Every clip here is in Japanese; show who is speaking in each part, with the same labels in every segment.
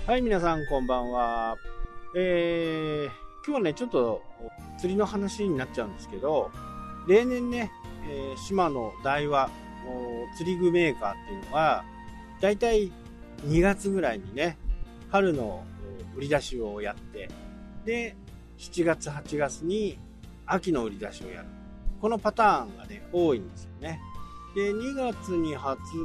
Speaker 1: はい、皆さんこんばんは。今日はね、ちょっと釣りの話になっちゃうんですけど、例年ね、島の大和釣り具メーカーっていうのは、だいたい2月ぐらいにね、春の売り出しをやって、で、7月、8月に秋の売り出しをやる。このパターンがね、多いんですよね。で、2月に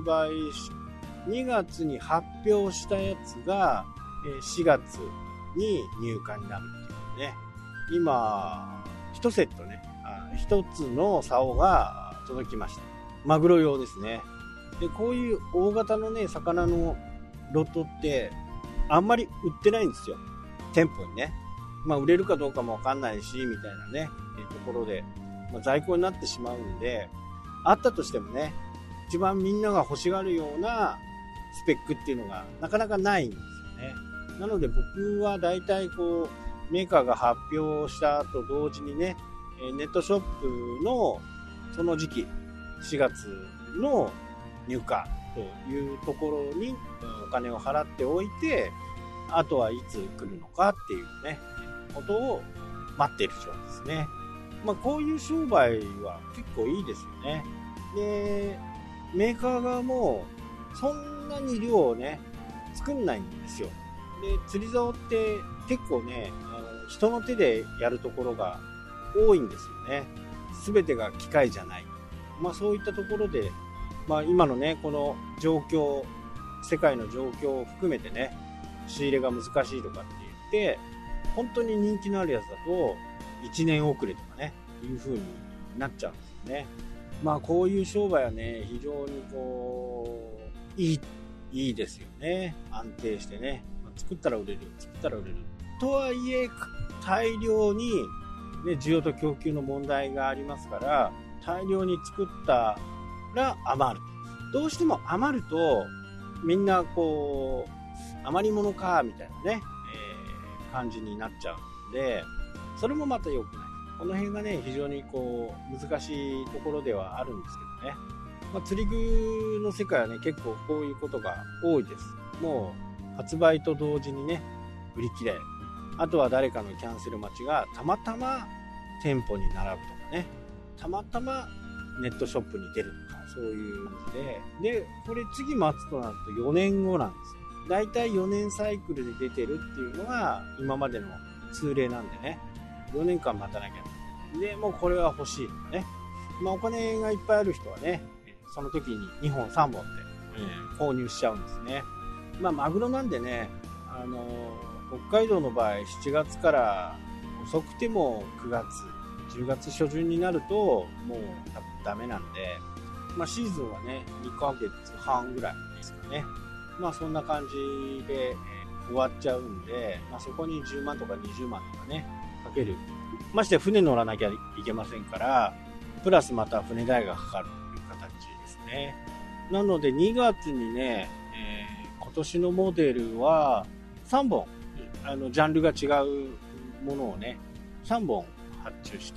Speaker 1: 2月に発表したやつが4月に入荷になるっていうね。今、1セットね、1つの竿が届きました。マグロ用ですね。で、こういう大型のね、魚のロットってあんまり売ってないんですよ。店舗にね。売れるかどうかもわかんないし、みたいなね、ところで、在庫になってしまうんで、あったとしてもね、一番みんなが欲しがるようなスペックっていうのがなかなかないんですよね。なので僕はだいたいメーカーが発表したと同時にね、ネットショップのその時期、4月の入荷というところにお金を払っておいて、あとはいつ来るのかっていうね、ことを待っている状態ですね。こういう商売は結構いいですよね。で、メーカー側もそんなに量をね、作んないんですよ。で、釣り竿って結構ね、人の手でやるところが多いんですよね。全てが機械じゃない。そういったところで、今のね、この状況、世界の状況を含めてね、仕入れが難しいとかって言って、本当に人気のあるやつだと、1年遅れとかね、いう風になっちゃうんですよね。こういう商売はね、非常にいいですよね。安定してね。作ったら売れる。とはいえ、大量に、ね、需要と供給の問題がありますから、大量に作ったら余る。どうしても余ると、みんな余り物か、みたいなね、感じになっちゃうんで、それもまた良くない。この辺がね、非常に難しいところではあるんですけどね。釣り具の世界はね、結構こういうことが多いです。もう発売と同時にね、売り切れ。あとは誰かのキャンセル待ちがたまたま店舗に並ぶとかね、たまたまネットショップに出るとか、そういう感じで、これ次待つとなると4年後なんですよ。だいたい4年サイクルで出てるっていうのが今までの通例なんでね、4年間待たなきゃ。で、もうこれは欲しいとかね。お金がいっぱいある人はね、その時に2本3本で、購入しちゃうんですね。マグロなんでね、北海道の場合7月から遅くても9月、10月初旬になるともう多分ダメなんで、シーズンはね、2ヶ月半ぐらいですかね。そんな感じで、終わっちゃうんで、そこに10万とか20万とかね、かける。まして船乗らなきゃいけませんから、プラスまた船代がかかるという形ですね。なので2月にね、今年のモデルは3本、ジャンルが違うものをね、3本発注して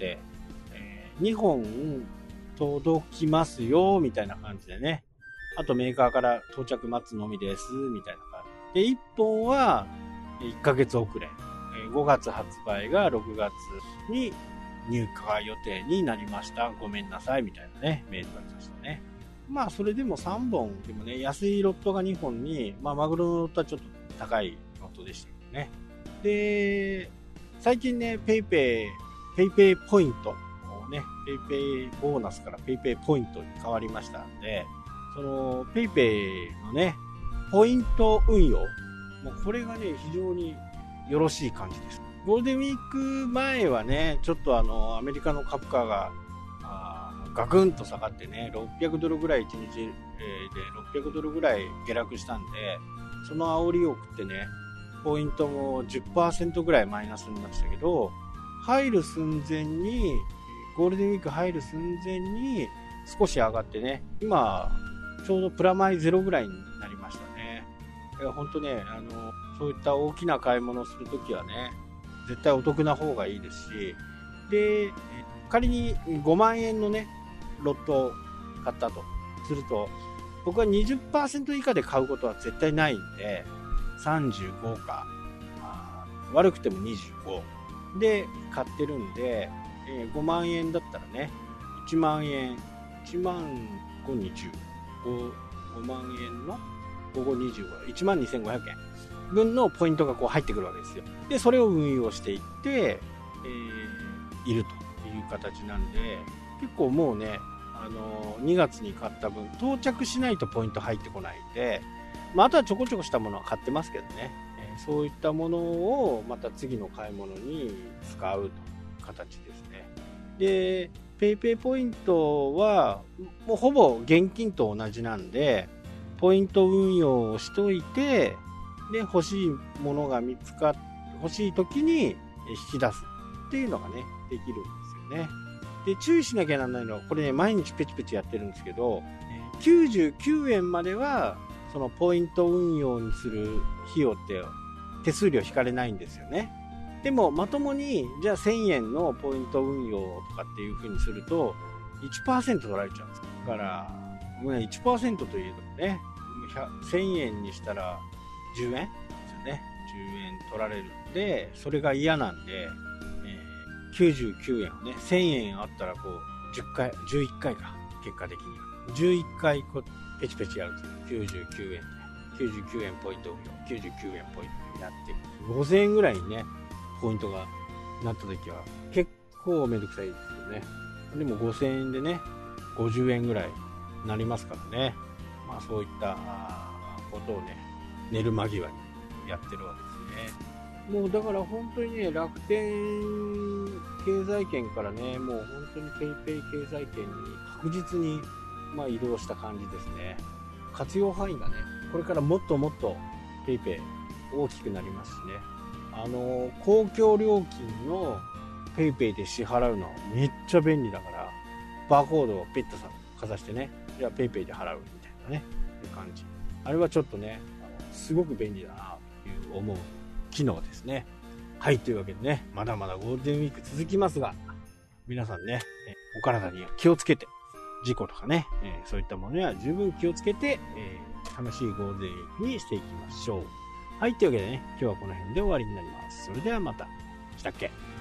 Speaker 1: 、2本届きますよ、みたいな感じでね。あとメーカーから到着待つのみです、みたいな感じ。で、1本は1ヶ月遅れ。5月発売が6月に入荷予定になりました。ごめんなさい、みたいなね、メールが来ましたね。それでも3本でもね、安いロットが2本に、マグロのロットはちょっと高いロットでしたけどね。で、最近ね、ペイペイポイントをね、ペイペイボーナスからペイペイポイントに変わりましたので、そのペイペイのね、ポイント運用、これがね、非常によろしい感じです。ゴールデンウィーク前はね、ちょっとアメリカの株価がガクンと下がってね、600ドルぐらい1日で600ドルぐらい下落したんで、その煽りを食ってね、ポイントも 10% ぐらいマイナスになってたけど、入る寸前に、ゴールデンウィーク入る寸前に少し上がってね、今、ちょうどプラマイゼロぐらいになりましたね。本当ね、そういった大きな買い物をするときはね、絶対お得な方がいいですし、で、仮に5万円のね、ロットを買ったとすると、僕は 20% 以下で買うことは絶対ないんで、 35か、悪くても25で買ってるんで、5万円だったらね、1万円、1万5、20、5万円の5、25、1万2500円分のポイントがこう入ってくるわけですよ。で、それを運用していって、いるという形なんで、結構もうね、2月に買った分、到着しないとポイント入ってこないんで、あとはちょこちょこしたものは買ってますけどね、そういったものをまた次の買い物に使うという形ですね。で、PayPay ポイントはもうほぼ現金と同じなんで、ポイント運用をしといて、で、欲しいものが欲しい時に引き出すっていうのがね、できるんですよね。で、注意しなきゃならないのは、これね、毎日ペチペチやってるんですけど、99円までは、そのポイント運用にする費用って手数料引かれないんですよね。でも、まともに、じゃあ1000円のポイント運用とかっていう風にすると、1% 取られちゃうんです。だから、もうね、1% といえどもね、1000円にしたら10円ですよね。10円取られるんで、それが嫌なんで、99円をね、1000円あったらこう、11回か、結果的には。11回こうペチペチやるんですよ。99円で。99円ポイント運用、99円ポイントになって、5000円ぐらいにね、ポイントがなった時は、結構めんどくさいですよね。でも5000円でね、50円ぐらいなりますからね。まあそういったことをね、寝る間際にやってるわけですね。もうだから本当にね、楽天経済圏からね、もう本当に PayPay 経済圏に確実に移動した感じですね。活用範囲がね、これからもっともっと PayPay 大きくなりますしね。公共料金の PayPay で支払うのはめっちゃ便利だから、バーコードをペットさんかざしてね、じゃあ PayPay で払うみたいなね、って感じ。あれはちょっとね、すごく便利だなという思う機能ですね。はい、というわけでね、まだまだゴールデンウィーク続きますが、皆さんね、お体には気をつけて、事故とかね、そういったものには十分気をつけて、楽しいゴールデンウィークにしていきましょう。はい、というわけでね、今日はこの辺で終わりになります。それではまた。したっけ？